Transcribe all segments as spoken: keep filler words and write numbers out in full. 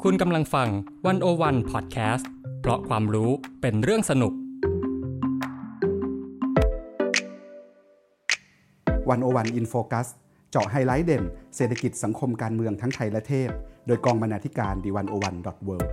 คุณกำลังฟังวันโอวันพอดแคสต์เพราะความรู้เป็นเรื่องสนุกวันโอวันอินโฟคัสเจาะไฮไลท์เด่นเศรษฐกิจสังคมการเมืองทั้งไทยและเทศโดยกองบรรณาธิการ ดี วัน โอ วัน ดอท เวิลด์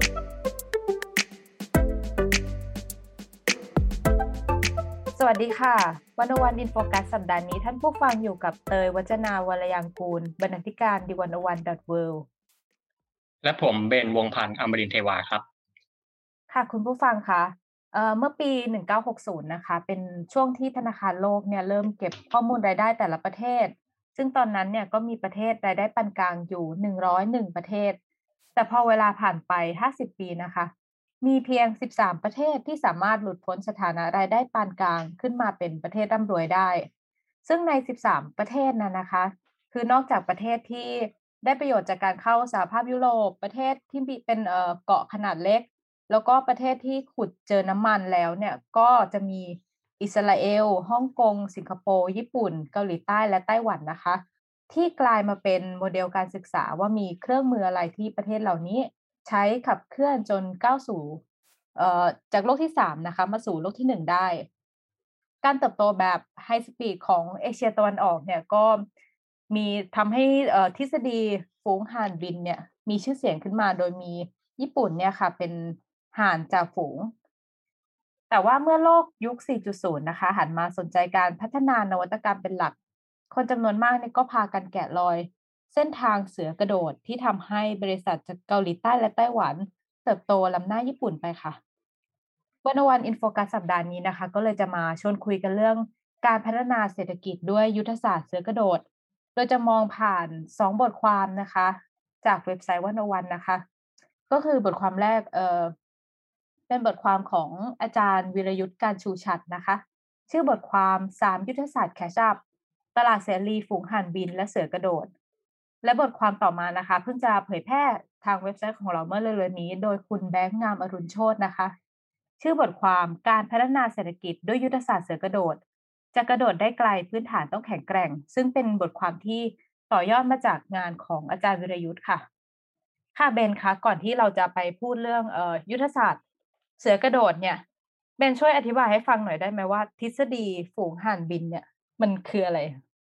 สวัสดีค่ะวันโอวันอินโฟคัสสัปดาห์นี้ท่านผู้ฟังอยู่กับเตยวัจนาวรยังกูลบรรณาธิการ ดี วัน โอ วัน ดอท เวิลด์และผมเบนวงศ์พันธ์อมรินทร์เทวาครับค่ะคุณผู้ฟังคะเอ่อเมื่อปีหนึ่งพันเก้าร้อยหกสิบนะคะเป็นช่วงที่ธนาคารโลกเนี่ยเริ่มเก็บข้อมูลรายได้แต่ละประเทศซึ่งตอนนั้นเนี่ยก็มีประเทศรายได้ปานกลางอยู่หนึ่งร้อยเอ็ดประเทศแต่พอเวลาผ่านไปห้าสิบปีนะคะมีเพียงสิบสามประเทศที่สามารถหลุดพ้นสถานะรายได้ปานกลางขึ้นมาเป็นประเทศร่ำรวยได้ซึ่งในสิบสามประเทศนั้นนะคะคือนอกจากประเทศที่ได้ประโยชน์จากการเข้าสหภาพยุโรปประเทศที่เป็นเอ่อเกาะขนาดเล็กแล้วก็ประเทศที่ขุดเจอน้ำมันแล้วเนี่ยก็จะมีอิสราเอลฮ่องกงสิงคโปร์ญี่ปุ่นเกาหลีใต้และไต้หวันนะคะที่กลายมาเป็นโมเดลการศึกษาว่ามีเครื่องมืออะไรที่ประเทศเหล่านี้ใช้ขับเคลื่อนจนก้าวสู่เอ่อจากโลกที่สามนะคะมาสู่โลกที่หนึ่งได้การเติบโตแบบไฮสปีดของเอเชียตะวันออกเนี่ยก็มีทำให้เอ่อทฤษฎีฝูงห่านบินเนี่ยมีชื่อเสียงขึ้นมาโดยมีญี่ปุ่นเนี่ยค่ะเป็นห่านจ่าฝูงแต่ว่าเมื่อโลกยุค สี่จุดศูนย์ นะคะหันมาสนใจการพัฒนานวัตกรรมเป็นหลักคนจำนวนมากเนี่ยก็พากันแกะรอยเส้นทางเสือกระโดดที่ทำให้บริษัทจากเกาหลีใต้และไต้หวันเติบโตล้ำหน้าญี่ปุ่นไปค่ะวันวันอินโฟกัสสัปดาห์นี้นะคะก็เลยจะมาชวนคุยกันเรื่องการพัฒนาเศรษฐกิจด้วยยุทธศาสตร์เสือกระโดดโดยจะมองผ่านสองบทความนะคะจากเว็บไซต์วันวันนะคะก็คือบทความแรกเอ่อเป็นบทความของอาจารย์วิรยุทธการชูชัดนะคะชื่อบทความสามยุทธศาสตร์แคชอัพตลาดเสรีฝูงห่านบินและเสือกระโดดและบทความต่อมานะคะเพิ่งจะเผยแพร่ทางเว็บไซต์ของเราเมื่อเร็วๆนี้โดยคุณแบงค์งามอรุณโชตินะคะชื่อบทความการพัฒนาเศรษฐกิจด้วยยุทธศาสตร์เสือกระโดดจะกระโดดได้ไกลพื้นฐานต้องแข็งแกร่งซึ่งเป็นบทความที่ต่อยอดมาจากงานของอาจารย์วิรยุทธค่ะค่ะเบนคะก่อนที่เราจะไปพูดเรื่องเอ่อยุทธศาสตร์เสือกระโดดเนี่ยเบนช่วยอธิบายให้ฟังหน่อยได้ไหมว่าทฤษฎีฝูงห่านบินเนี่ยมันคืออะไร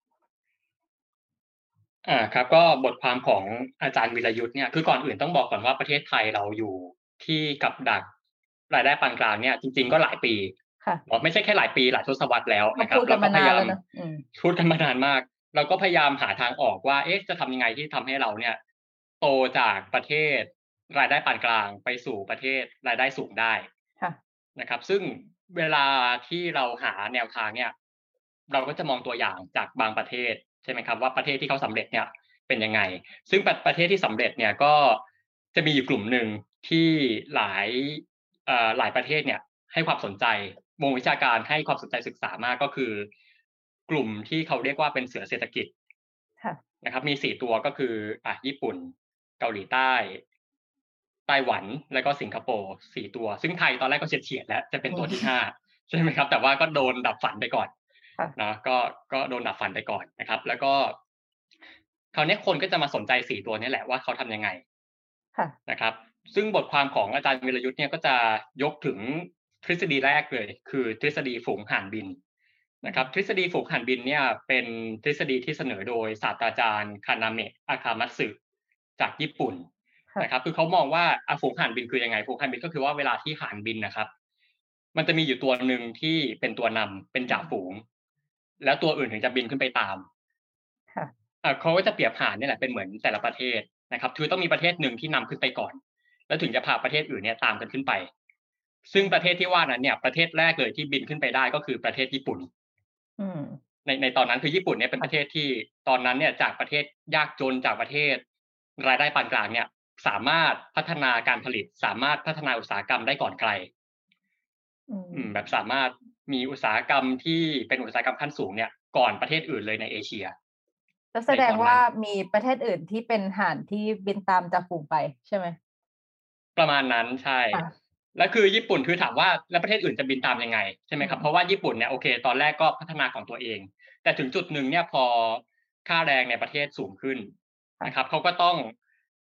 อ่าครับก็บทความของอาจารย์วิรยุทธ์เนี่ยคือก่อนอื่นต้องบอกก่อนว่าประเทศไทยเราอยู่ที่กับดักรายได้ปานกลางเนี่ยจริงๆก็หลายปีค่ะไม่ใช่แค่หลายปีหลายทศวรรษแล้วนะครับพูดกันมานานแล้วนะพูดกันมานานมากเราก็พยายามหาทางออกว่าเอ๊ะจะทำยังไงที่ทำให้เราเนี่ยโตจากประเทศรายได้ปานกลางไปสู่ประเทศรายได้สูงได้นะครับซึ่งเวลาที่เราหาแนวทางเนี่ยเราก็จะมองตัวอย่างจากบางประเทศใช่ไหมครับว่าประเทศที่เขาสำเร็จเนี่ยเป็นยังไงซึ่งประเทศที่สำเร็จเนี่ยก็จะมีอยู่กลุ่มหนึ่งที่หลายเอ่อหลายประเทศเนี่ยให้ความสนใจวงวิชาการให้ความสนใจศึกษามากก็คือกลุ่มที่เขาเรียกว่าเป็นเสือเศรษฐกิจนะครับมีสี่ตัวก็คืออ่ะญี่ปุ่นเกาหลีใต้ไต้หวันแล้วก็สิงคโปร์สี่ตัวซึ่งไทยตอนแรกก็เฉียดๆแล้วจะเป็นตัวที่ห้าใช่ไหมครับแต่ว่าก็โดนดับฝันไปก่อนนะก็ก็โดนดับฝันไปก่อนนะครับแล้วก็คราวนี้คนก็จะมาสนใจสี่ตัวนี้แหละว่าเขาทำยังไงนะครับซึ่งบทความของอาจารย์วิรยุทธ์เนี่ยก็จะยกถึงทฤษฎีแรกเลยคือทฤษฎีฝูงห่านบินนะครับทฤษฎีฝูงห่านบินเนี่ยเป็นทฤษฎีที่เสนอโดยศาสตราจารย์คานาเมะอาคามัตสึจากญี่ปุ่นนะครับคือเขามองว่าฝูงห่านบินคือยังไงฝูงห่านบินก็คือว่าเวลาที่ห่านบินนะครับมันจะมีอยู่ตัวหนึ่งที่เป็นตัวนำเป็นจ่าฝูงแล้วตัวอื่นถึงจะบินขึ้นไปตามเขาก็จะเปรียบห่านนี่แหละเป็นเหมือนแต่ละประเทศนะครับคือต้องมีประเทศหนึ่งที่นำขึ้นไปก่อนแล้วถึงจะพาประเทศอื่นเนี่ยตามกันขึ้นไปซึ่งประเทศที่ว่านั้นเนี่ยประเทศแรกเลยที่บินขึ้นไปได้ก็คือประเทศญี่ปุ่นในในตอนนั้นคือญี่ปุ่นเนี่ยเป็นประเทศที่ตอนนั้นเนี่ยจากประเทศยากจนจากประเทศรายได้ปานกลางเนี่ยสามารถพัฒนาการผลิตสามารถพัฒนาอุตสาหกรรมได้ก่อนใครแบบสามารถมีอุตสาหกรรมที่เป็นอุตสาหกรรมขั้นสูงเนี่ยก่อนประเทศอื่นเลยในเอเชียแล้วแสดงว่ามีประเทศอื่นที่เป็นห่านที่บินตามจ่าฝูงไปใช่ไหมประมาณนั้นใช่แล้วคือญี่ปุ่นคือถามว่าแล้วประเทศอื่นจะบินตามยังไงใช่ไหมครับเพราะว่าญี่ปุ่นเนี่ยโอเคตอนแรกก็พัฒนาของตัวเองแต่ถึงจุดหนึ่งเนี่ยพอค่าแรงในประเทศสูงขึ้นนะครับเขาก็ต้อง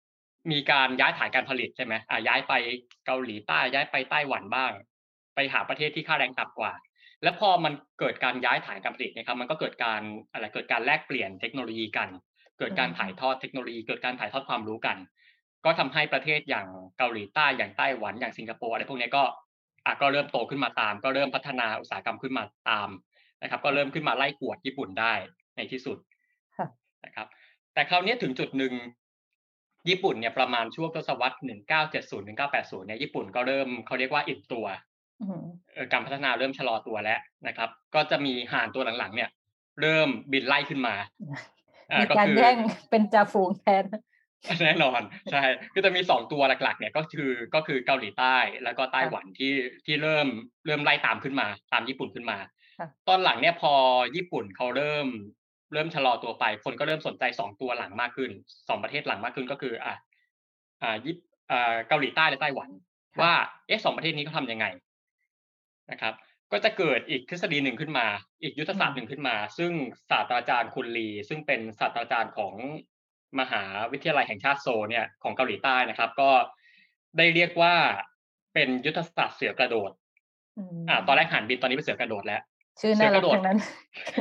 มีการย้ายฐานการผลิตใช่ไหมอ่าย้ายไปเกาหลีใต้ย้ายไปไต้หวันบ้างไปหาประเทศที่ค่าแรงต่ำกว่าแล้วพอมันเกิดการย้ายฐานการผลิตนะครับมันก็เกิดการอะไรเกิดการแลกเปลี่ยนเทคโนโลยีกันเกิดการถ่ายทอดเทคโนโลยีเกิดการถ่ายทอดความรู้กันก็ทำให้ประเทศอย่างเกาหลีใต้อย่างไต้หวันอย่างสิงคโปร์อะไรพวกนี้ก็อ่ะก็เริ่มโตขึ้นมาตามก็เริ่มพัฒนาอุตสาหกรรมขึ้นมาตามนะครับก็เริ่มขึ้นมาไล่กวดญี่ปุ่นได้ในที่สุดนะครับแต่คราวนี้ถึงจุดหนึ่งญี่ปุ่นเนี่ยประมาณช่วงทศวรรษหนึ่งเก้าเจ็ดศูนย์ถึงเก้าแปดศูนย์เนี่ยญี่ปุ่นก็เริ่มเขาเรียกว่าอิ่มตัวการพัฒนาเริ่มชะลอตัวแล้วนะครับก็จะมีห่านตัวหลังๆเนี่ยเริ่มบินไล่ขึ้นมามีการแย่งเป็นจ่าฝูงแทนแน่นอนใช่ก็จะมีสองตัวหลักๆเนี่ยก็คือก็คือเกาหลีใต้แล้วก็ไต้หวันที่ที่เริ่มเริ่มไล่ตามขึ้นมาตามญี่ปุ่นขึ้นมาตอนหลังเนี่ยพอญี่ปุ่นเขาเริ่มเริ่มชะลอตัวไปคนก็เริ่มสนใจสองตัวหลังมากขึ้นสองประเทศหลังมากขึ้นก็คืออ่ะอ่าญี่อ่าเกาหลีใต้และไต้หวันว่าเอ๊ะสองประเทศนี้เขาทำยังไงนะครับก็จะเกิดอีกทฤษฎีหนึ่งขึ้นมาอีกยุทธศาสตร์หนึ่งขึ้นมาซึ่งศาสตราจารย์คุนลีซึ่งเป็นศาสตราจารย์ของมหาวิทยาลัยแห่งชาติโซลเนี่ยของเกาหลีใต้นะครับก็ได้เรียกว่าเป็นยุทธศาสตร์เสือกระโดดอ่าตอนแรกหันบินตอนนี้เป็นเสือกระโดดแล้วชื่อน่ารักทั้งนั้น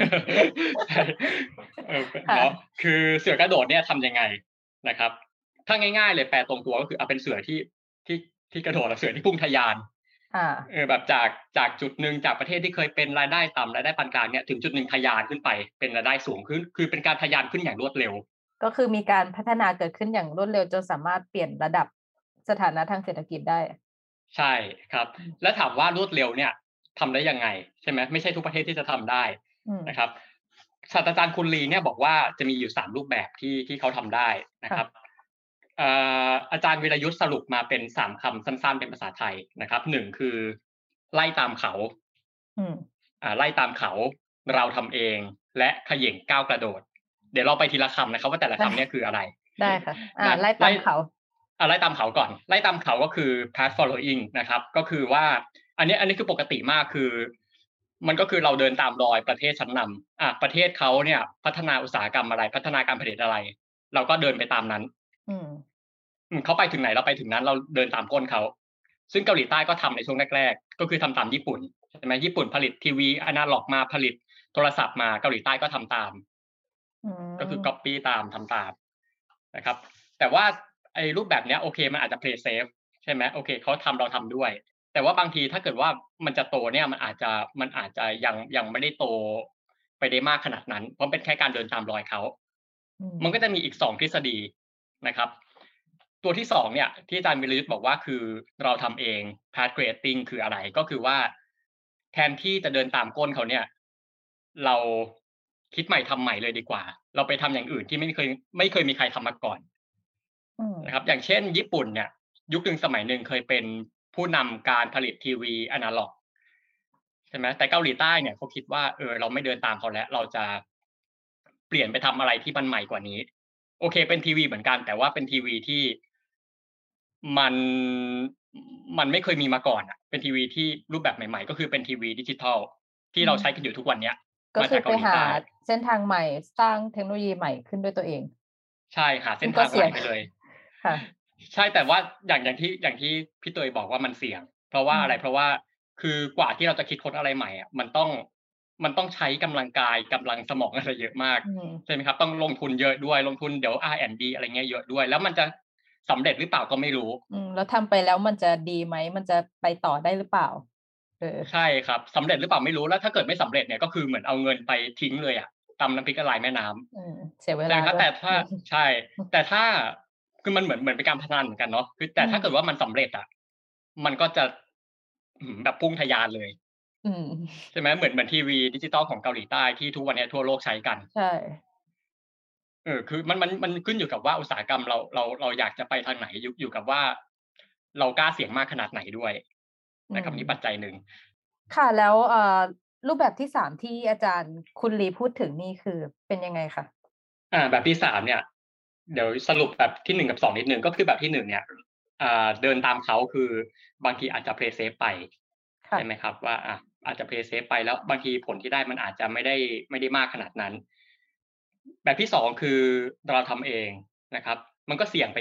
เออเนาะคือเสือกระโดดเนี่ยทำยังไงนะครับถ้าง่ายๆเลยแปลตรงตัวก็คือเอาเป็นเสือที่ที่ที่กระโดดเสือที่พุ่งทะยานเออแบบจากจากจุดหนึ่งจากประเทศที่เคยเป็นรายได้ต่ำรายได้ปานกลางเนี่ยถึงจุดหนึ่งทะยานขึ้นไปเป็นรายได้สูงขึ้นคือเป็นการทะยานขึ้นอย่างรวดเร็วก็คือมีการพัฒนาเกิดขึ้นอย่างรวดเร็วจนสามารถเปลี่ยนระดับสถานะทางเศรษฐกิจได้ใช่ครับแล้วถามว่ารวดเร็วเนี่ยทำได้ยังไงใช่ไหมไม่ใช่ทุกประเทศที่จะทำได้นะครับศาสตราจารย์คุณลีเนี่ยบอกว่าจะมีอยู่สามรูปแบบที่ที่เขาทำได้นะครับอาจารย์วิรยุทธ์สรุปมาเป็นสามคำสั้นๆเป็นภาษาไทยนะครับหนึ่งคือไล่ตามเขาไล่ตามเขาเราทำเองและเขย่งก้าวกระโดดเดี๋ยวเราไปทีละคำนะครับว่าแต่ละคำเนี่ยคืออะไรได้ค่ะไล่ตามเขาไล่ตามเขาก่อนไล่ตามเขาก็คือ path following นะครับก็คือว่าอันนี้อันนี้คือปกติมากคือมันก็คือเราเดินตามรอยประเทศชั้นนำอ่ะประเทศเขาเนี่ยพัฒนาอุตสาหกรรมอะไรพัฒนาการผลิตอะไรเราก็เดินไปตามนั้นอืมเขาไปถึงไหนเราไปถึงนั้นเราเดินตามก้นเขาซึ่งเกาหลีใต้ก็ทำในช่วงแรกๆก็คือทำตามญี่ปุ่นใช่ไหมญี่ปุ่นผลิตทีวีอนาล็อกมาผลิตโทรศัพท์มาเกาหลีใต้ก็ทำตามก็คือ copy ตามทำตามนะครับแต่ว่าไอ้รูปแบบเนี้ยโอเคมันอาจจะ play safe ใช่ไหมโอเคเขาทำเราทำด้วยแต่ว่าบางทีถ้าเกิดว่ามันจะโตเนี่ยมันอาจจะมันอาจจะยังยังไม่ได้โตไปได้มากขนาดนั้นเพราะเป็นแค่การเดินตามรอยเขามันก็จะมีอีกสองทฤษฎีนะครับตัวที่สองเนี่ยที่อาจารย์วิรยุทธ์บอกว่าคือเราทำเอง path creating คืออะไรก็คือว่าแทนที่จะเดินตามก้นเขาเนี่ยเราคิดใหม่ทำใหม่เลยดีกว่าเราไปทำอย่างอื่นที่ไม่เคยไม่เคยมีใครทำมาก่อนนะครับอย่างเช่นญี่ปุ่นเนี่ยยุคหนึ่งสมัยหนึ่งเคยเป็นผู้นำการผลิตทีวีอนาล็อกใช่ไหมแต่เกาหลีใต้เนี่ยเขาคิดว่าเออเราไม่เดินตามเขาแล้วเราจะเปลี่ยนไปทำอะไรที่มันใหม่กว่านี้โอเคเป็นทีวีเหมือนกันแต่ว่าเป็นทีวีที่มันมันไม่เคยมีมาก่อนอ่ะเป็นทีวีที่รูปแบบใหม่ๆก็คือเป็นทีวีดิจิทัลที่เราใช้กันอยู่ทุกวันเนี้ยก็คือไปหาเส้นทางใหม่สร้างเทคโนโลยีใหม่ขึ้นด้วยตัวเองใช่หาเส้นทางใหม่ไปเลยค่ะใช่แต่ว่าอย่างอย่างที่อย่างที่พี่เตยบอกว่ามันเสี่ยงเพราะว่าอะไรเพราะว่าคือกว่าที่เราจะคิดค้นอะไรใหม่อ่ะมันต้องมันต้องใช้กำลังกายกำลังสมองอะไรเยอะมากใช่ไหมครับต้องลงทุนเยอะด้วยลงทุนเดี๋ยว อาร์ แอนด์ ดี อะไรเงี้ยเยอะด้วยแล้วมันจะสำเร็จหรือเปล่าก็ไม่รู้อืมแล้วทำไปแล้วมันจะดีไหมมันจะไปต่อได้หรือเปล่าเออใช่ครับสำเร็จหรือเปล่าไม่รู้แล้วถ้าเกิดไม่สำเร็จเนี่ยก็คือเหมือนเอาเงินไปทิ้งเลยอ่ะตำน้ำพริกละลายแม่น้ำเสียเวลาแต่ถ้าใช่แต่ถ้าคือมันเหมือนเหมือนเป็นการพนันเหมือนกันเนาะคือแต่ถ้าเกิดว่ามันสำเร็จอ่ะมันก็จะแบบพุ่งทะยานเลยใช่ไหมเหมือนเหมือนทีวีดิจิตอลของเกาหลีใต้ที่ทุกวันนี้ทั่วโลกใช้กันใช่เออคือมันมันมันขึ้นอยู่กับว่าอุตสาหกรรมเราเราเราอยากจะไปทางไหนอยู่อยู่กับว่าเรากล้าเสี่ยงมากขนาดไหนด้วยนะครับนี่ปัจจัยหนึ่งค่ะแล้วเอ่อรูปแบบที่สามที่อาจารย์คุณลีพูดถึงนี่คือเป็นยังไงคะอ่าแบบที่สามเนี่ยเดี๋ยวสรุปแบบที่หนึ่งกับสองนิดนึงก็คือแบบที่หนึ่งเนี่ยอ่าเดินตามเขาคือบางทีอาจจะ play safe ไปใช่ไหมครับว่าอ่ะอาจจะ play safe ไปแล้วบางทีผลที่ได้มันอาจจะไม่ได้ไม่ได้มากขนาดนั้นแบบที่สองคือเราทำเองนะครับมันก็เสี่ยงไปอีก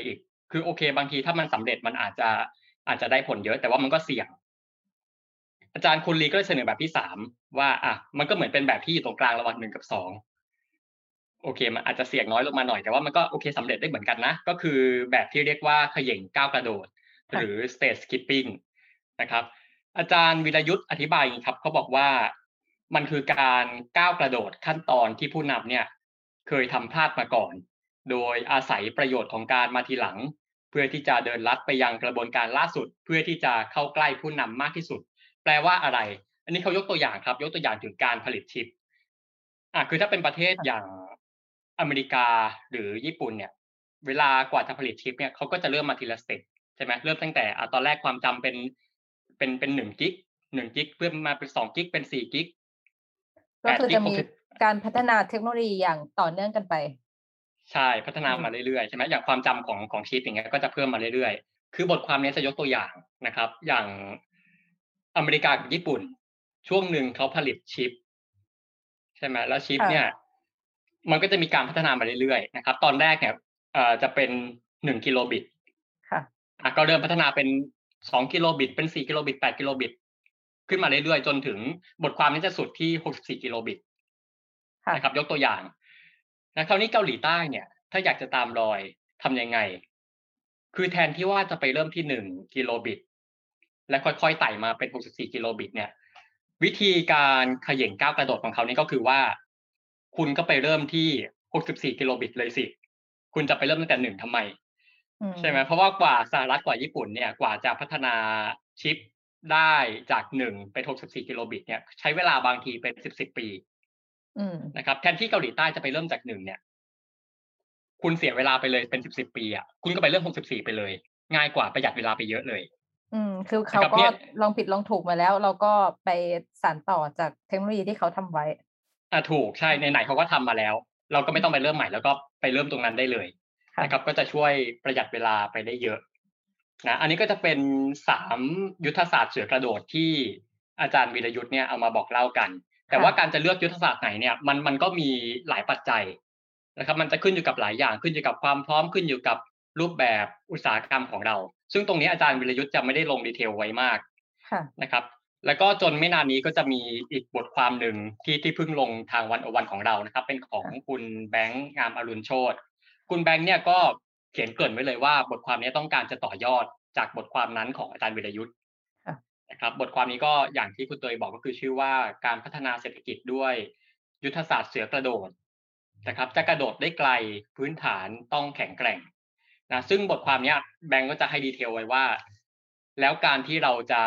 คือโอเคบางทีถ้ามันสำเร็จมันอาจจะอาจจะได้ผลเยอะแต่ว่ามันก็เสี่ยงอาจารย์คุณลีก็เลยเสนอแบบที่สามว่าอ่ะมันก็เหมือนเป็นแบบที่อยู่ตรงกลางระหว่างหนึ่งกับสองโอเคมันอาจจะเสี่ยงน้อยลงมาหน่อยแต่ว่ามันก็โอเคสำเร็จได้เหมือนกันนะก็คือแบบที่เรียกว่าเขย่งก้าวกระโดดหรือ stage skipping นะครับอาจารย์วิรยุทธ์อธิบายอย่างนี้ครับเขาบอกว่ามันคือการก้าวกระโดดขั้นตอนที่ผู้นำเนี่ยเคยทำพลาดมาก่อนโดยอาศัยประโยชน์ของการมาทีหลังเพื่อที่จะเดินลัดไปยังกระบวนการล่าสุดเพื่อที่จะเข้าใกล้ผู้นำมากที่สุดแปลว่าอะไรอันนี้เขายกตัวอย่างครับยกตัวอย่างถึงการผลิตชิปอ่ะคือถ้าเป็นประเทศอย่างอเมริกาหรือญี่ปุ่นเนี่ยเวลากว่าจะผลิตชิปเนี่ยเขาก็จะเริ่มมาทีละสเต็ปใช่ไหมเริ่มตั้งแต่อ่ะตอนแรกความจำเป็นเป็นเป็นหนึ่งกิกหนึ่งกิกเพิ่มมาเป็นสองกิกเป็นสี่กิกก็คือจะมีการพัฒนาเทคโนโลยีอย่างต่อเนื่องกันไปใช่พัฒนามาเรื่อยๆใช่ไหมอย่างความจำของของชิปอย่างเงี้ยก็จะเพิ่มมาเรื่อยๆคือบทความนี้จะยกตัวอย่างนะครับอย่างอเมริกากับญี่ปุ่นช่วงหนึ่งเขาผลิตชิปใช่ไหมแล้วชิปเนี่ยมันก็จะมีการพัฒนามาเรื่อยๆนะครับตอนแรกเนี่ยเอ่อจะเป็นหนึ่งกิโลบิตค่ะอ่ะก็เริ่มพัฒนาเป็นสองกิโลบิตเป็นสี่กิโลบิตแปดกิโลบิตขึ้นมาเรื่อยๆจนถึงบทความนี้จะสุดที่หกสิบสี่กิโลบิตนะครับยกตัวอย่างนะคราวนี้เกาหลีใต้เนี่ยถ้าอยากจะตามรอยทำยังไงคือแทนที่ว่าจะไปเริ่มที่หนึ่งกิโลบิตและค่อยๆไต่มาเป็นหกสิบสี่กิโลบิตเนี่ยวิธีการเขย่งก้าวกระโดดของเขานี่ก็คือว่าคุณก็ไปเริ่มที่หกสิบสี่กิโลบิตเลยสิคุณจะไปเริ่มตั้งแต่หนึ่งทำไมใช่ไหมเพราะว่ากว่าสหรัฐกว่าญี่ปุ่นเนี่ยกว่าจะพัฒนาชิปได้จากหนึ่งเป็นหกสิบสี่กิโลบิตเนี่ยใช้เวลาบางทีเป็นสิบสิบปีนะครับแทนที่เกาหลีใต้จะไปเริ่มจากหนึ่งเนี่ยคุณเสียเวลาไปเลยเป็นสิบสิบปีอ่ะคุณก็ไปเริ่มหกสิบสี่ไปเลยง่ายกว่าประหยัดเวลาไปเยอะเลยอืมคือเขาก็ลองผิดลองถูกมาแล้วเราก็ไปสานต่อจากเทคโนโลยีที่เขาทำไว้อ่าถูกใช่ไหนๆเขาก็ทำมาแล้วเราก็ไม่ต้องไปเริ่มใหม่แล้วก็ไปเริ่มตรงนั้นได้เลยนะครับก็จะช่วยประหยัดเวลาไปได้เยอะนะอันนี้ก็จะเป็นสามยุทธศาสตร์เสือกระโดดที่อาจารย์วีรยุทธ์เนี่ยเอามาบอกเล่ากันแต่ว่าการจะเลือกยุทธศาสตร์ไหนเนี่ยมันมันก็มีหลายปัจจัยนะครับมันจะขึ้นอยู่กับหลายอย่างขึ้นอยู่กับความพร้อมขึ้นอยู่กับรูปแบบอุตสาหกรรมของเราซึ่งตรงนี้อาจารย์วีรยุทธ์จะไม่ได้ลงดีเทลไว้มากนะครับแล้วก็จนไม่นานนี้ก็จะมีอีกบทความหนึ่งที่ที่เพิ่งลงทางวันอวันของเรานะครับเป็นของคุณแบงค์งามอรุณโชติคุณแบงค์เนี่ยก็เขียนเกริ่นไว้เลยว่าบทความนี้ต้องการจะต่อยอดจากบทความนั้นของอาจารย์วีรยุทธ์นะครับบทความนี้ก็อย่างที่คุณเตยบอกก็คือชื่อว่าการพัฒนาเศรษฐกิจด้วยยุทธศาสตร์เสือกระโดดนะครับจะกระโดดได้ไกลพื้นฐานต้องแข็งแกร่งนะซึ่งบทความนี้แบงค์ก็จะให้ดีเทลไว้ว่าแล้วการที่เราจะ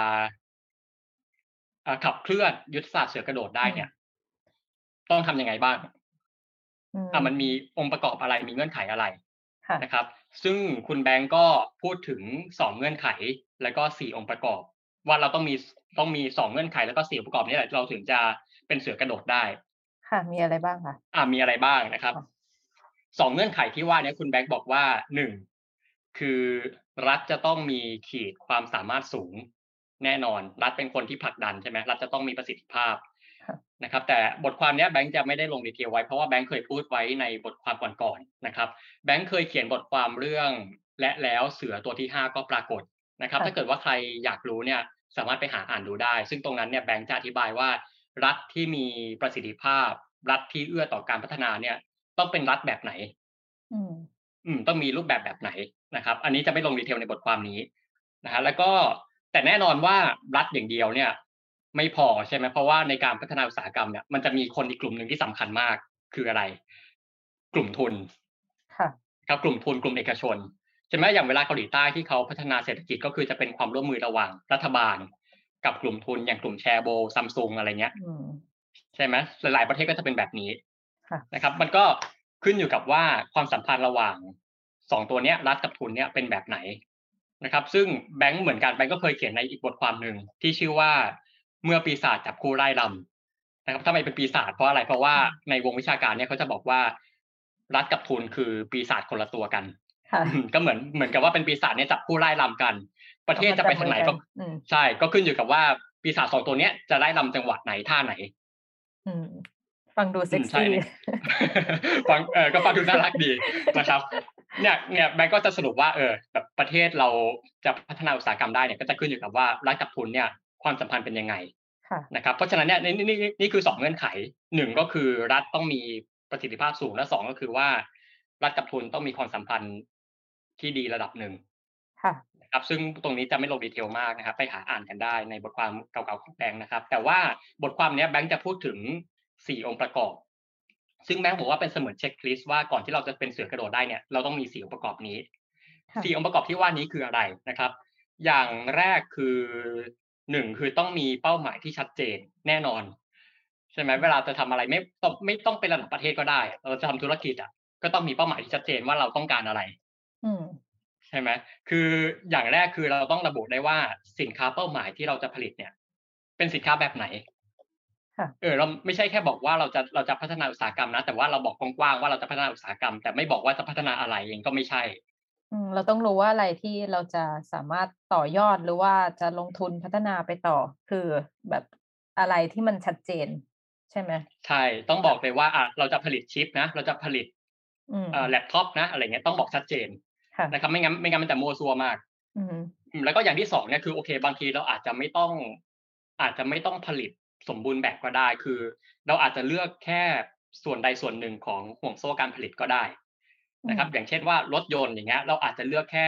ขับเคลื่อนยุทธศาสตร์เสือกระโดดได้เนี่ยต้องทำยังไงบ้างอ่ะมันมีองค์ประกอบอะไรมีเงื่อนไขอะไรนะครับซึ่งคุณแบงก์ก็พูดถึงสองเงื่อนไขแล้วก็สี่องค์ประกอบว่าเราต้องมีต้องมีสองเงื่อนไขแล้วก็สี่องค์ประกอบนี้แหละเราถึงจะเป็นเสือกระโดดได้ค่ะมีอะไรบ้างคะอ่ะมีอะไรบ้างนะครับสองเงื่อนไขที่ว่านี้คุณแบงก์บอกว่าหนึ่งคือรัฐจะต้องมีขีดความสามารถสูงแน่นอนรัฐเป็นคนที่ผลักดันใช่ไหมรัฐจะต้องมีประสิทธิภาพนะครับแต่บทความนี้แบงค์จะไม่ได้ลงดีเทลไว้เพราะว่าแบงค์เคยพูดไว้ในบทความก่อนๆนะครับแบงค์เคยเขียนบทความเรื่องและแล้วเสือตัวที่ห้าก็ปรากฏนะครับถ้าเกิดว่าใครอยากรู้เนี่ยสามารถไปหาอ่านดูได้ซึ่งตรงนั้นเนี่ยแบงค์จะอธิบายว่ารัฐที่มีประสิทธิภาพรัฐที่เอื้อต่อการพัฒนาเนี่ยต้องเป็นรัฐแบบไหนอืมอืมต้องมีรูปแบบแบบไหนนะครับอันนี้จะไม่ลงดีเทลในบทความนี้นะฮะแล้วก็แต่แน่นอนว่ารัฐอย่างเดียวเนี่ยไม่พอใช่ไหมเพราะว่าในการพัฒนาอุตสาหกรรมเนี่ยมันจะมีคนอีกกลุ่มหนึ่งที่สำคัญมากคืออะไรกลุ่มทุนค่ะครับกลุ่มทุนกลุ่มเอกชนใช่ไหมอย่างเวลาเกาหลีใต้ที่เขาพัฒนาเศรษฐกิจก็คือจะเป็นความร่วมมือระหว่างรัฐบาลกับกลุ่มทุนอย่างกลุ่มแชร์โบซัมซุงอะไรเงี้ยใช่ไหมหลายๆประเทศก็จะเป็นแบบนี้นะครับมันก็ขึ้นอยู่กับว่าความสัมพันธ์ระหว่างสองตัวเนี้ยรัฐกับทุนเนี้ยเป็นแบบไหนนะครับซึ่งแบงค์เหมือนกันแบงค์ก็เคยเขียนในอีกบทความหนึ่งที่ชื่อว่าเมื่อปีศาจจับคู่ไล่ลำนะครับทำไมเป็นปีศาจเพราะอะไรเพราะว่าในวงวิชาการเนี่ยเขาจะบอกว่ารัฐกับทุนคือปีศาจคนละตัวกันก็เหมือนเหมือนกับว่าเป็นปีศาจเนี่ยจับคู่ไล่ลำกันประเทศจะไปทางไหนก็ใช่ก็ขึ้นอยู่กับว่าปีศาจสองตัวเนี้ยจะไล่ลำจังหวะไหนท่าไหนฟังดูเซ็กซี่ฟังเออก็ฟังดูน่ารักดีนะครับเนี่ยเนี่ยแบงก์ก็จะสรุปว่าเออแบบประเทศเราจะพัฒนาอุตสาหกรรมได้เนี่ยก็จะขึ้นอยู่กับว่ารัฐกับทุนเนี่ยความสัมพันธ์เป็นยังไงนะครับเพราะฉะนั้นเนี่ยนี่นี่นี่คือสองเงื่อนไขหนึ่งก็คือรัฐต้องมีประสิทธิภาพสูงและสองก็คือว่ารัฐกับทุนต้องมีความสัมพันธ์ที่ดีระดับหนึ่งนะครับซึ่งตรงนี้จะไม่ลงดีเทลมากนะครับไปหาอ่านกันได้ในบทความเก่าๆของแบงก์นะครับแต่ว่าบทความนี้แบงก์จะพูดถึงสี่องค์ประกอบซึ่งแบงก์บอกว่าเป็นเสมือนเช็คลิสต์ว่าก่อนที่เราจะเป็นเสือกระโดดได้เนี่ยเราต้องมีสี่องค์ประกอบนี้สี่องค์ประกอบที่ว่านี้คืออะไรนะครับอย่างแรกคือหนึ่งคือต้องมีเป้าหมายที่ชัดเจนแน่นอนใช่ไหมเวลาจะทำอะไรไม่ต้องไม่ต้องเป็นระดับประเทศก็ได้เราจะทำธุรกิจอ่ะก็ต้องมีเป้าหมายที่ชัดเจนว่าเราต้องการอะไรใช่ไหมคืออย่างแรกคือเราต้องระบุได้ว่าสินค้าเป้าหมายที่เราจะผลิตเนี่ยเป็นสินค้าแบบไหนเออเราไม่ใช่แค่บอกว่าเราจะเราจะพัฒนาอุตสาหกรรมนะแต่ว่าเราบอกกว้างๆว่าเราจะพัฒนาอุตสาหกรรมแต่ไม่บอกว่าจะพัฒนาอะไรเองก็ไม่ใช่เราต้องรู้ว่าอะไรที่เราจะสามารถต่อยอดหรือว่าจะลงทุนพัฒนาไปต่อคือแบบอะไรที่มันชัดเจนใช่ไหมใช่ต้องบอกเลยว่าอ่ะเราจะผลิตชิปนะเราจะผลิตเอ่อแล็ปท็อปนะอะไรเงี้ยต้องบอกชัดเจนนะครับไม่งั้นไม่งั้นมันจะมั่วซั่วมากแล้วก็อย่างที่สองเนี่ยคือโอเคบางทีเราอาจจะไม่ต้องอาจจะไม่ต้องผลิตสมบูรณ์แบบก็ได้คือเราอาจจะเลือกแค่ส่วนใดส่วนหนึ่งของห่วงโซ่การผลิตก็ได้นะครับอย่างเช่นว่ารถยนต์อย่างเงี้ยเราอาจจะเลือกแค่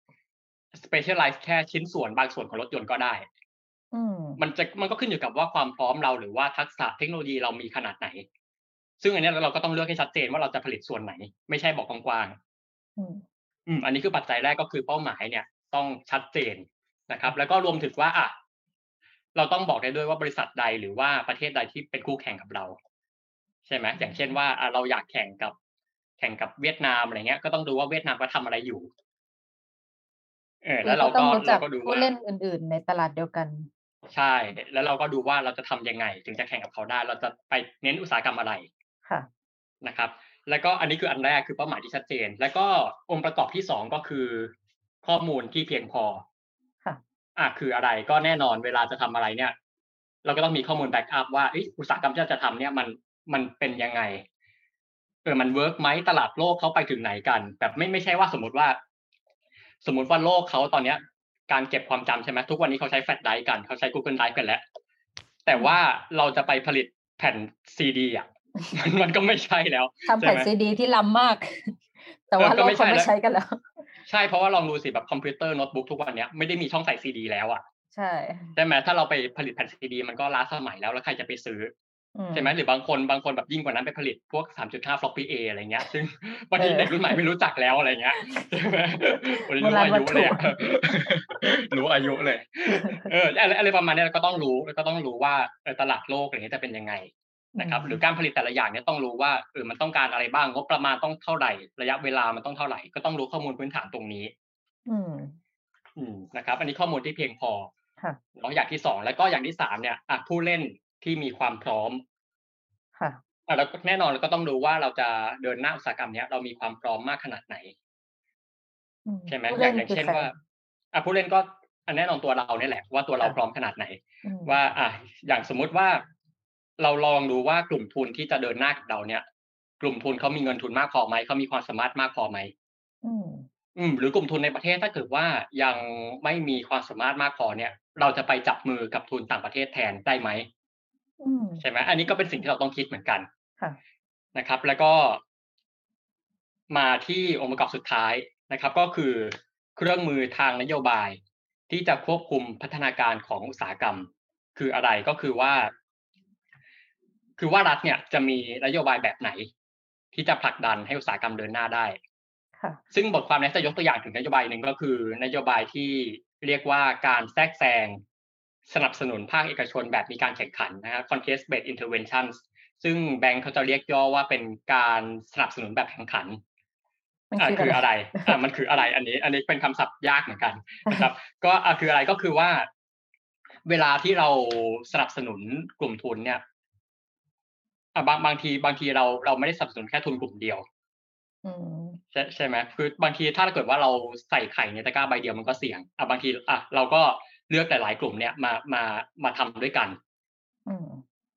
specialize แค่ชิ้นส่วนบางส่วนของรถยนต์ก็ได้มันจะมันก็ขึ้นอยู่กับว่าความพร้อมเราหรือว่าทักษะเทคโนโลยีเรามีขนาดไหนซึ่งอันนี้เราก็ต้องเลือกให้ชัดเจนว่าเราจะผลิตส่วนไหนไม่ใช่บอกกว้างๆอืมอันนี้คือปัจจัยแรกก็คือเป้าหมายเนี่ยต้องชัดเจนนะครับแล้วก็รวมถึงว่าอ่ะเราต้องบอกได้ด้วยว่าบริษัทใดหรือว่าประเทศใดที่เป็นคู่แข่งกับเราใช่ไหมอย่างเช่นว่าอ่ะเราอยากแข่งกับแข่งกับเวียดนามอะไรเงี้ยก็ต้องดูว่าเวียดนามเขาทำอะไรอยู่เออแล้วเราก็เราก็ดูว่าผู้เล่นอื่นๆในตลาดเดียวกันใช่แล้วเราก็ดูว่าเราจะทำยังไงถึงจะแข่งกับเขาได้เราจะไปเน้นอุตสาหกรรมอะไรค่ะนะครับแล้วก็อันนี้คืออันแรกคือเป้าหมายที่ชัดเจนแล้วก็องค์ประกอบที่สองก็คือข้อมูลที่เพียงพอค่ะอ่ะคืออะไรก็แน่นอนเวลาจะทำอะไรเนี่ยเราก็ต้องมีข้อมูลแบ็กอัพว่าอุตสาหกรรมที่เราจะทำเนี่ยมันมันเป็นยังไงเออมันเวิร์กไหมตลาดโลกเขาไปถึงไหนกันแบบไม่ไม่ใช่ว่าสมมติว่าสมมติว่าโลกเขาตอนเนี้ยการเก็บความจำใช่ไหมทุกวันนี้เขาใช้แฟลชไดรฟ์กันเขาใช้ Google Drive กันแล้วแต่ว่าเราจะไปผลิตแผ่นซีดีอ่ะมันมันก็ไม่ใช่แล้วทำแผ่นซีดีที่ล้ำมากแต่ว่าโลกเขาไม่ใช้กันแล้วใช่เพราะว่าลองดูสิแบบคอมพิวเตอร์โน้ตบุ๊กทุกวันนี้ไม่ได้มีช่องใส่ซีดีแล้วอ่ะใช่ใช่ไหมถ้าเราไปผลิตแผ่นซีดีมันก็ล้าสมัยแล้วแล้วใครจะไปซื้อใช่ไหมหรือบางคนบางคนแบบยิ่งกว่านั้นไปผลิตพวก สามจุดห้า floppy A อะไรเงี้ยซึ่งบางทีเด็กรุ่นใหม่ไม่รู้จักแล้วอะไรเงี้ยใช่ไหมรู้อายุเลยรู้อายุเลยเอออะไรอะไรประมาณนี้เราก็ต้องรู้แล้วก็ต้องรู้ว่าตลาดโลกอะไรเงี้ยจะเป็นยังไงนะครับหรือการผลิตแต่ละอย่างเนี่ยต้องรู้ว่าเออมันต้องการอะไรบ้างงบประมาณต้องเท่าไหร่ระยะเวลามันต้องเท่าไหร่ก็ต้องรู้ข้อมูลพื้นฐานตรงนี้อืมอืมนะครับอันนี้ข้อมูลที่เพียงพอค่ะเนาะอย่างที่สองแล้วก็อย่างที่สามเนี่ยอ่ะผู้เล่นที่มีความพร้อมค่ะอ่ะแล้วแน่นอนเราก็ต้องดูว่าเราจะเดินหน้าอุตสาหกรรมเนี้ยเรามีความพร้อมมากขนาดไหนใช่ไหมอย่างอย่างเช่นว่าอ่ะผู้เล่นก็อันแน่นอนตัวเราเนี่ยแหละว่าตัวเราพร้อมขนาดไหนว่าอ่ะอย่างสมมุติว่าเราลองดูว่ากลุ่มทุนที่จะเดินหน้ากับเราเนี่ยกลุ่มทุนเขามีเงินทุนมากพอไหมเขามีความสามารถมากพอไหมอืมอืมหรือกลุ่มทุนในประเทศถ้าเกิดว่ายังไม่มีความสามารถมากพอเนี่ยเราจะไปจับมือกับทุนต่างประเทศแทนได้ไหมใช่ไหมอันนี้ก็เป็นสิ่งที่เราต้องคิดเหมือนกันนะครับแล้วก็มาที่องค์ประกอบสุดท้ายนะครับก็คือเครื่องมือทางนโยบายที่จะควบคุมพัฒนาการของอุตสาหกรรมคืออะไรก็คือว่าคือว่ารัฐเนี่ยจะมีนโยบายแบบไหนที่จะผลักดันให้อุตสาหกรรมเดินหน้าได้ซึ่งบทความนี้จะยกตัวอย่างถึงนโยบายหนึ่งก็คือนโยบายที่เรียกว่าการแทรกแซงสนับสนุนภาคเอกชนแบบมีการแข่งขันนะฮะ contest based interventions ซึ่งแบงค์เขาจะเรียกย่อว่าเป็นการสนับสนุนแบบแข่งขันอ่าคืออะไรอ่ามันคืออะไรอันนี้อันนี้เป็นคำศัพท์ยากเหมือนกันนะครับก็อ่าคืออะไรก็คือว่าเวลาที่เราสนับสนุนกลุ่มทุนเนี่ยอ่าบางบางทีบางทีเราเราไม่ได้สนับสนุนแค่ทุนกลุ่มเดียวใช่ใช่ไหมคือบางทีถ้าเกิดว่าเราใส่ไข่ในตะกร้าใบเดียวมันก็เสี่ยงอ่ะบางทีอ่ะเราก็เลือกหลายๆกลุ่มเนี่ยมามามาทำด้วยกัน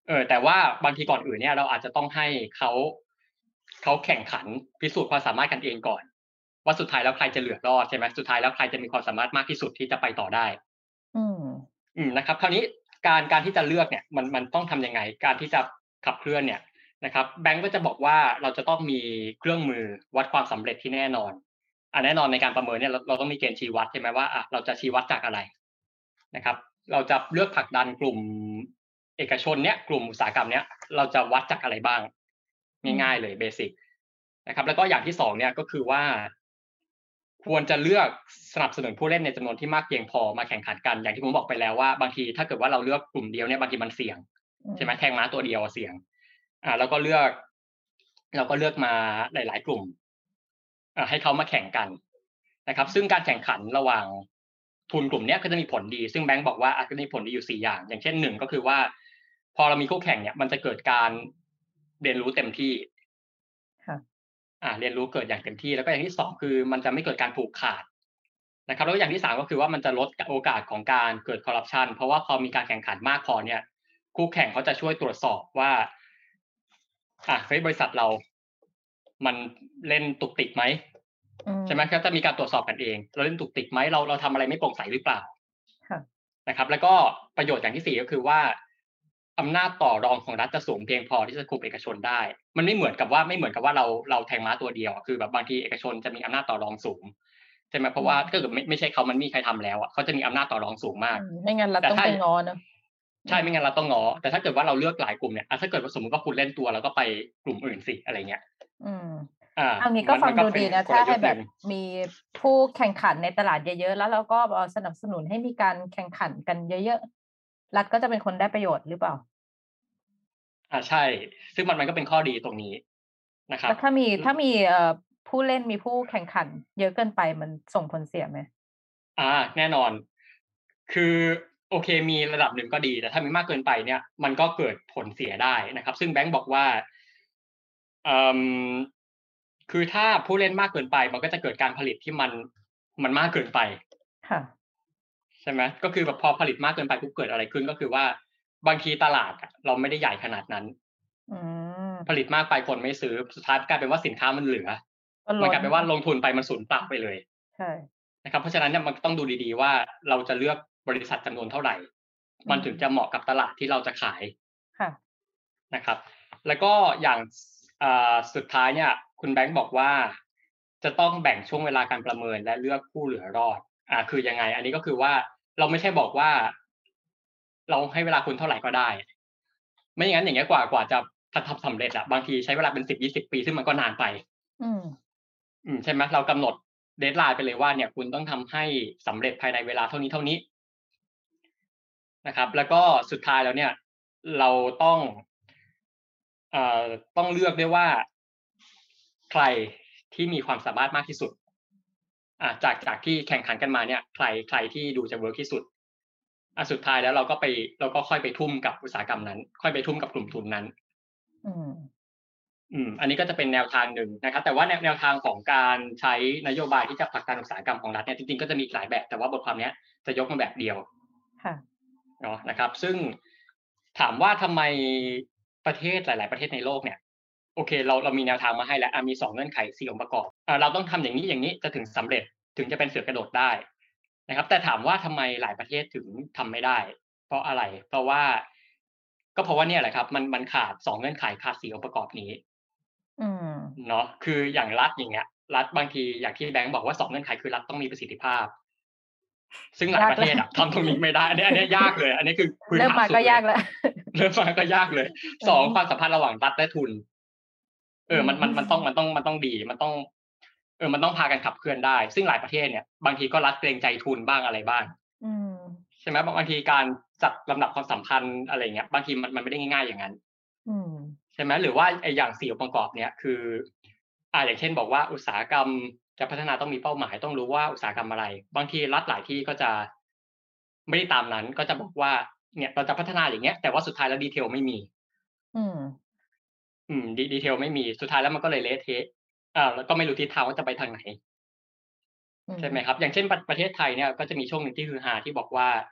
เออแต่ว่าบางทีก่อนอื่นเนี่ยเราอาจจะต้องให้เขาเขาแข่งขันพิสูจน์ความสามารถกันเองก่อนว่าสุดท้ายแล้วใครจะเหลือรอดใช่ไหมสุดท้ายแล้วใครจะมีความสามารถมากที่สุดที่จะไปต่อได้อืมอืมนะครับคราวนี้การการที่จะเลือกเนี่ยมันมันต้องทำยังไงการที่จะขับเคลื่อนเนี่ยนะครับแบงก์ก็จะบอกว่าเราจะต้องมีเครื่องมือวัดความสำเร็จที่แน่นอนอ่าแน่นอนในการประเมินเนี่ยเราเราต้องมีเกณฑ์ชี้วัดใช่ไหมว่าอ่ะเราจะชี้วัดจากอะไรนะครับเราจะเลือกผลักดันกลุ่มเอกชนเนี้ยกลุ่มอุตสาหกรรมเนี้ยเราจะวัดจากอะไรบ้างง่ายๆเลยเบสิกนะครับแล้วก็อย่างที่สองเนี่ยก็คือว่าควรจะเลือกสนับสนุนผู้เล่นในจำนวนที่มากเพียงพอมาแข่งขันกันอย่างที่ผมบอกไปแล้วว่าบางทีถ้าเกิดว่าเราเลือกกลุ่มเดียวเนี่ยบางทีมันเสี่ยงใช่ไหมแทงม้าตัวเดียวเสี่ยงอ่าแล้วก็เลือกเราก็เลือกมาหลายๆกลุ่มอ่าให้เขามาแข่งกันนะครับซึ่งการแข่งขันระหว่างทุนกลุ่มนี้ก็จะมีผลดีซึ่งแบงก์บอกว่าอาจจะมีผลดีอยู่สี่อย่างอย่างเช่นหนึ่งก็คือว่าพอเรามีคู่แข่งเนี่ยมันจะเกิดการเรียนรู้เต็มที่อ่าเรียนรู้เกิดอย่างเต็มที่แล้วก็อย่างที่สองคือมันจะไม่เกิดการผูกขาดนะครับแล้วอย่างที่สามก็คือว่ามันจะลดโอกาสของการเกิดคอร์รัปชันเพราะว่าพอมีการแข่งขันมากพอเนี่ยคู่แข่งเขาจะช่วยตรวจสอบว่าอ่ะเฮ้ยบริษัทเรามันเล่นตุกติกไหมใช่ไหมก็จะมีการตรวจสอบกันเองเราเล่นตุกติกไหมเราเราทำอะไรไม่โปร่งใสหรือเปล่านะครับแล้วก็ประโยชน์อย่างที่สี่ก็คือว่าอำนาจต่อรองของรัฐจะสูงเพียงพอที่จะคุมเอกชนได้มันไม่เหมือนกับว่าไม่เหมือนกับว่าเราเราแทงม้าตัวเดียวคือแบบบางทีเอกชนจะมีอำนาจต่อรองสูงใช่ไหมเพราะว่าถ้าเกิดไม่ไม่ใช่เขามันมีใครทำแล้วอ่ะเขาจะมีอำนาจต่อรองสูงมากไม่งั้นเราต้องไปงอเนอะใช่ไม่งั้นเราต้องงอแต่ถ้าเกิดว่าเราเลือกหลายกลุ่มเนี่ยถ้าเกิดว่าสมมติว่าคุณเล่นตัวแล้วก็ไปกลุ่มอื่นสิอะไรเงี้ยอืมอันนี้ก็ฟังดูดีนะถ้าให้แบบมีผู้แข่งขันในตลาดเยอะๆแล้วเราก็สนับสนุนให้มีการแข่งขันกันเยอะๆรัฐก็จะเป็นคนได้ประโยชน์หรือเปล่าอ่าใช่ซึ่งมันมันก็เป็นข้อดีตรงนี้นะครับแล้วถ้ามีถ้ามีเอ่อผู้เล่นมีผู้แข่งขันเยอะเกินไปมันส่งผลเสียไหมอ่าแน่นอนคือโอเคมีระดับหนึ่งก็ดีแต่ถ้ามีมากเกินไปเนี่ยมันก็เกิดผลเสียได้นะครับซึ่งแบงก์บอกว่าเอ่อคือถ้าผู้เล่นมากเกินไปมันก็จะเกิดการผลิตที่มันมันมากเกินไปค่ะใช่ไหมก็คือแบบพอผลิตมากเกินไปปุ๊บเกิดอะไรขึ้นก็คือว่าบางทีตลาดเราไม่ได้ใหญ่ขนาดนั้นผลิตมากไปคนไม่ซื้อสุดท้ายกลายเป็นว่าสินค้ามันเหลือมันกลายเป็นว่าลงทุนไปมันสูญเปล่าไปเลยใช่นะครับเพราะฉะนั้นเนี่ยมันต้องดูดีๆว่าเราจะเลือกบริษัทจำนวนเท่าไหร่มันถึงจะเหมาะกับตลาดที่เราจะขายนะครับแล้วก็อย่างสุดท้ายเนี่ยคุณแบงค์บอกว่าจะต้องแบ่งช่วงเวลาการประเมินและเลือกผู้เหลือรอดอ่าคือยังไงอันนี้ก็คือว่าเราไม่ใช่บอกว่าเราให้เวลาคุณเท่าไหร่ก็ได้ไม่อย่างนั้นอย่างเงี้ยกว่ากว่าจะทำสำเร็จอะบางทีใช้เวลาเป็นสิบ ยี่สิบปีซึ่งมันก็นานไปอืมอืมใช่ไหมเรากำหนดเดดไลน์ไปเลยว่าเนี่ยคุณต้องทำให้สำเร็จภายในเวลาเท่านี้เท่านี้นะครับแล้วก็สุดท้ายแล้วเนี่ยเราต้องเอ่อต้องเลือกด้วยว่าใครที่มีความสามารถมากที่สุดอ่าจากจากที่แข่งขันกันมาเนี่ยใครใครที่ดูจะเวิร์กที่สุดอ่ะสุดท้ายแล้วเราก็ไปเราก็ค่อยไปทุ่มกับอุตสาหกรรมนั้นค่อยไปทุ่มกับกลุ่มทุนนั้นอืมอืมอันนี้ก็จะเป็นแนวทางหนึ่งนะครับแต่ว่าแนวแนวทางของการใช้นโยบายที่จะผลักดันอุตสาหกรรมของรัฐเนี่ยจริงๆก็จะมีหลายแบบแต่ว่าบทความนี้จะยกมาแบบเดียวค่ะเนาะนะครับซึ่งถามว่าทำไมประเทศหลายๆประเทศในโลกเนี่ยโอเคเราเรามีแนวทางมาให้แล้วมีสองเงื่อนไขสี่องค์ประกอบอ่าเราต้องทำอย่างนี้อย่างนี้จะถึงสำเร็จถึงจะเป็นเสือกระโดดได้นะครับแต่ถามว่าทำไมหลายประเทศถึงทำไม่ได้เพราะอะไรเพราะว่าก็เพราะว่าเนี่ยแหละครับมันมันขาดสองเงื่อนไขขาดสี่องค์ประกอบนี้เนาะคืออย่างรัฐอย่างเงี้ยรัฐบางทีอย่างที่แบงค์บอกว่าสองเงื่อนไขคือรัฐต้องมีประสิทธิภาพซึ่งหลายประเทศอะทำตรงนี้ไม่ได้อันนี้อันนี้ยากเลยอันนี้คือเริ่มมาก็ยากแล้วเริ่มมาก็ยากเลยสองความสัมพันธ์ระหว่างรัฐและทุนเออมันมันมันต้องมันต้องมันต้องดีมันต้องเออมันต้องพากันขับเคลื่อนได้ซึ่งหลายประเทศเนี่ยบางทีก็รัฐเกรงใจทุนบ้างอะไรบ้างใช่ไหมบางทีการจัดลำดับความสัมพันธ์อะไรเงี้ยบางทีมันมันไม่ได้ง่ายๆอย่างนั้นใช่ไหมหรือว่าไอ้อย่างสี่องค์ประกอบเนี่ยคืออ่าอย่างเช่นบอกว่าอุตสาหกรรมจะพัฒนาต้องมีเป้าหมายต้องรู้ว่าอุตสาหกรรมอะไรบางทีรัฐหลายที่ก็จะไม่ได้ตามนั้นก็จะบอกว่าเนี่ยเราจะพัฒนาอย่างเงี้ยแต่ว่าสุดท้ายแล้วดีเทลไม่มีอืมอืมดีดีเทลไม่มีสุดท้ายแล้วมันก็เลยเละเทะอ่าแล้วก็ไม่รู้ทิศทางว่าจะไปทางไหนใช่ไหมครับอย่างเช่นประประเทศไทยเนี่ยก็จะมีช่วงหนึ่งที่ฮือฮาที่บอกว่า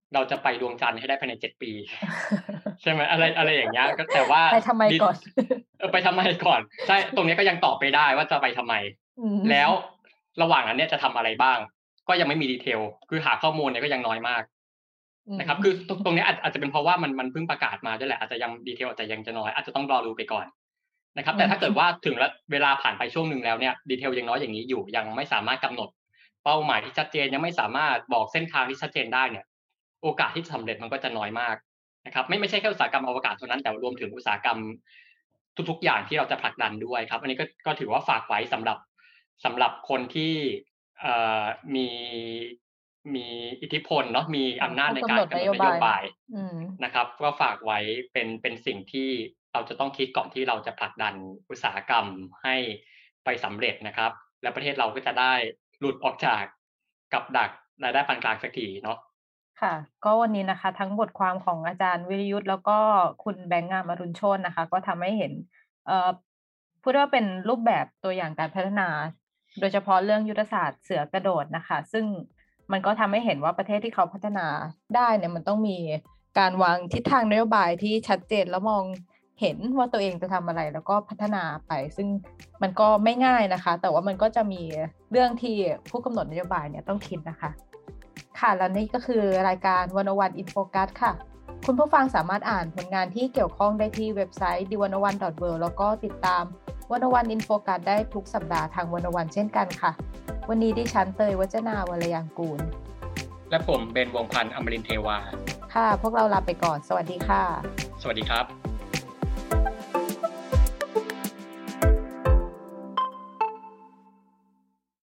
เราจะไปดวงจันทร์ให้ได้ภายในเจ็ดปีใช่ไหมอะไรอะไรอย่างเงี้ยก็แต่ว่าไปทำไมก่อนเออไปทำไมก่อนใช่ตรงนี้ก็ยังตอบไปได้ว่าจะไปทำไมแล้วระหว่างนั้นเนี่ยจะทำอะไรบ้างก็ยังไม่มีดีเทลคือหาข้อมูลเนี่ยก็ยังน้อยมากนะครับคือตรงนี้อาจจะเป็นเพราะว่ามันมันเพิ่งประกาศมาด้วยแหละอาจจะยังดีเทลอาจจะยังจะน้อยอาจจะต้องรอดูไปก่อนนะครับแต่ถ้าเกิดว่าถึงเวลาผ่านไปช่วงนึงแล้วเนี่ยดีเทลยังน้อยอย่างนี้อยู่ยังไม่สามารถกำหนดเป้าหมายที่ชัดเจนยังไม่สามารถบอกเส้นทางที่ชัดเจนได้เนี่ยโอกาสที่จะสำเร็จมันก็จะน้อยมากนะครับไม่ไม่ใช่แค่อุตสาหกรรมอวกาศเท่านั้นแต่รวมถึงอุตสาหกรรมทุกๆอย่างที่เราจะผลักดันด้วยครับอันนี้ก็ก็ถือว่าฝากไว้สำหรับสำหรับคนที่เอ่อมีมีอิทธิพลเนาะมีอำนาจในการกำหนดนโยบายนะครับก็ฝากไว้เป็นเป็นสิ่งที่เราจะต้องคิดก่อนที่เราจะผลักดันอุตสาหกรรมให้ไปสำเร็จนะครับและประเทศเราก็จะได้หลุดออกจากกับดักรายได้ปานกลางสักทีเนาะค่ะก็วันนี้นะคะทั้งบทความของอาจารย์วิรยุทธ์แล้วก็คุณแบงค์งามอรุณโชตินะคะก็ทำให้เห็นเอ่อพูดว่าเป็นรูปแบบตัวอย่างการพัฒนาโดยเฉพาะเรื่องยุทธศาสตร์เสือกระโดดนะคะซึ่งมันก็ทำให้เห็นว่าประเทศที่เขาพัฒนาได้เนี่ยมันต้องมีการวางทิศทางนโยบายที่ชัดเจนแล้วมองเห็นว่าตัวเองจะทำอะไรแล้วก็พัฒนาไปซึ่งมันก็ไม่ง่ายนะคะแต่ว่ามันก็จะมีเรื่องที่ผู้กำหนดนโยบายเนี่ยต้องคิดนะคะค่ะแล้วนี่ก็คือรายการหนึ่งศูนย์หนึ่ง In Focus ค่ะคุณผู้ฟังสามารถอ่านผลงานที่เกี่ยวข้องได้ที่เว็บไซต์ ดี หนึ่งศูนย์หนึ่ง ดอท เวิลด์ แล้วก็ติดตามหนึ่งศูนย์หนึ่ง In Focus ได้ทุกสัปดาห์ทางหนึ่งศูนย์หนึ่งเช่นกันค่ะวันนี้ดิฉันเตยวัจนาวรยางกูลและผมเบนวงศ์พันธ์อมรินทร์เทวาค่ะพวกเราลาไปก่อนสวัสดีค่ะสวัสดีครับ